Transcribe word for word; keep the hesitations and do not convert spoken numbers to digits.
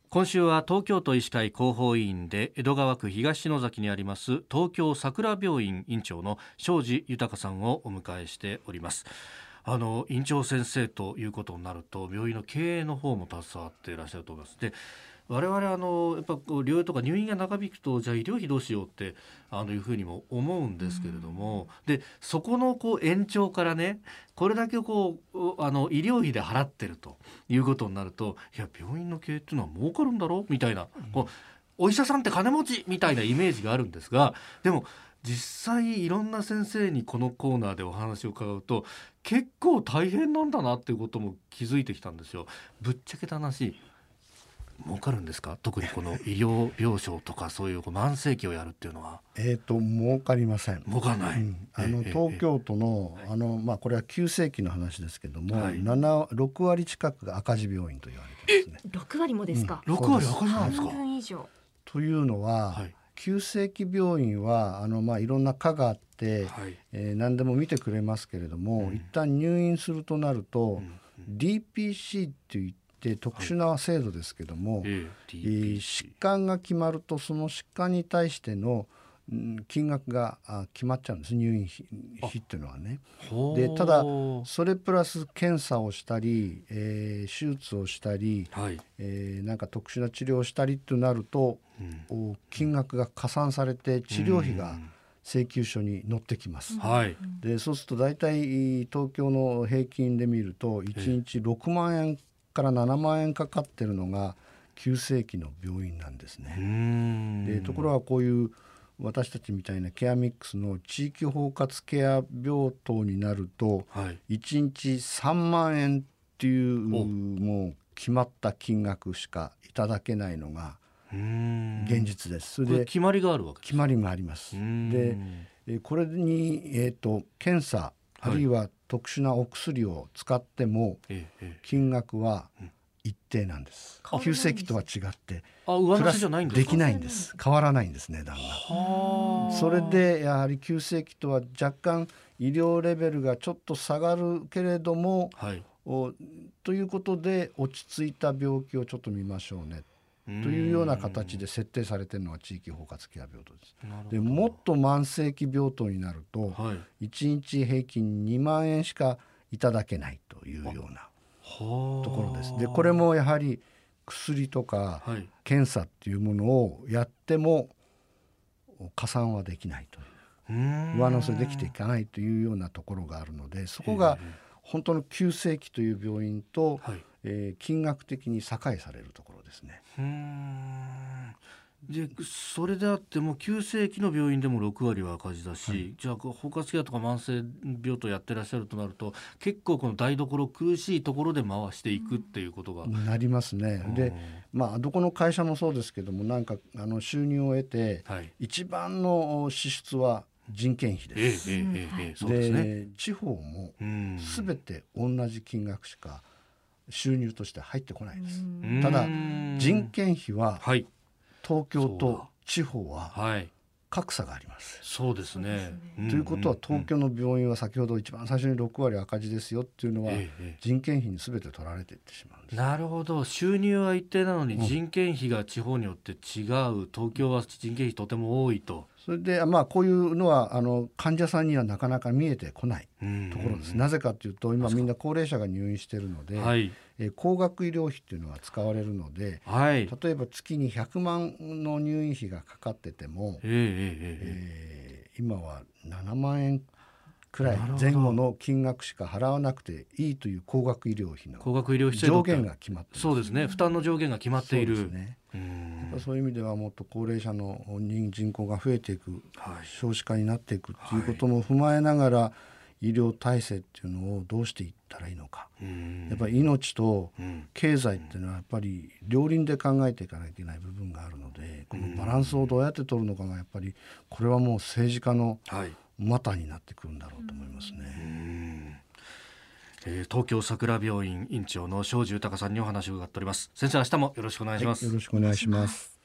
今週は東京都医師会広報委員で江戸川区東野崎にあります東京桜病院院長の庄司豊さんをお迎えしております。あの院長先生ということになると病院の経営の方も携わっていらっしゃると思います。で我々あのやっぱ療養とか入院が長引くとじゃあ医療費どうしようってあのいうふうにも思うんですけれども、でそこのこう延長からねこれだけこうあの医療費で払ってるということになると、いや病院の経営っていうのは儲かるんだろうみたいな、こうお医者さんって金持ちみたいなイメージがあるんですが、でも実際いろんな先生にこのコーナーでお話を伺うと結構大変なんだなっていうことも気づいてきたんですよ。ぶっちゃけた話儲かるんですか？特にこの医療病床とかそういう慢性期をやるっていうのは。 えーと儲かりません。 儲かんない、うん、 あの東京都の、あの、まあ、これは急性期の話ですけども、はい、ななろく割近くが赤字病院と言われてますね。 ろく割もですか？ うん、ろく割赤字なんですか？ 半分以上というのは、はい、急性期病院はあの、まあ、いろんな科があって、はいえー、何でも見てくれますけれども、うん、一旦入院するとなると、うん、ディーピーシー っていって特殊な制度ですけども、はいえー、疾患が決まるとその疾患に対しての金額が決まっちゃうんです。入院費っていうのはね。でただそれプラス検査をしたり、えー、手術をしたり、はいえー、なんか特殊な治療をしたりとなると、うん、金額が加算されて治療費が請求書に載ってきます、うんはい、でそうすると大体東京の平均で見るといちにちろくまんえんからななまんえんかかってるのが急性期の病院なんですね。うんでところがこういう私たちみたいなケアミックスの地域包括ケア病棟になると、はい、いちにちさんまんえんっていうもう決まった金額しかいただけないのが現実です。 それでこれ決まりがあるわけですか？ 決まりがあります。でこれに、えーと、検査あるいは特殊なお薬を使っても金額は一定なんです。急性期とは違ってあ上乗せじゃないんですか？ できないんです。変わらないんですね、値段が。それでやはり急性期とは若干医療レベルがちょっと下がるけれども、はい、おということで落ち着いた病気をちょっと見ましょうねというような形で設定されているのが地域包括ケア病棟です。でもっと慢性期病棟になると、はい、いちにち平均にまんえんしかいただけないというようなところです。でこれもやはり薬とか検査っていうものをやっても加算はできないという上乗せできていかないというようなところがあるので、そこが本当の急性期という病院と、はいえー、金額的に境されるところですね。 うーんでそれであっても急性期の病院でもろく割は赤字だし、はい、じゃあ包括ケアとか慢性病棟やってらっしゃるとなると結構この台所苦しいところで回していくっていうことがなりますね。で、まあ、どこの会社もそうですけどもなんかあの収入を得て、はい、一番の支出は人件費です。ええええええ、そうですね。で地方も全て同じ金額しか収入として入ってこないです。ただ人件費は、はい東京と地方は格差があります。 そうですね。 ということは東京の病院は先ほど一番最初にろく割赤字ですよっていうのは人件費に全て取られていってしまうんです。 なるほど。収入は一定なのに人件費が地方によって違う、うん、東京は人件費とても多いと。 それで、まあ、こういうのはあの患者さんにはなかなか見えてこないところです。なぜかというと今みんな高齢者が入院しているので、はいえー、高額医療費っていうのが使われるので、はい、例えば月にひゃくまんの入院費がかかってても、えーえーえー、今はななまんえんくらい前後の金額しか払わなくていいという高額医療費の上限が決まっています。 そうですね。負担の上限が決まっている。 そうですね。うんそういう意味ではもっと高齢者の人口が増えていく、はい、少子化になっていくということも踏まえながら、はい、医療体制っていうのをどうしていったらいいのか。やっぱり命と経済っていうのはやっぱり両輪で考えていかなきゃいけない部分があるので、このバランスをどうやって取るのかがやっぱりこれはもう政治家のマターになってくるんだろうと思いますね。うんえー、東京桜病院院長の庄司豊さんにお話を伺っております。先生、明日もよろしくお願いします。 はい、よろしくお願いします。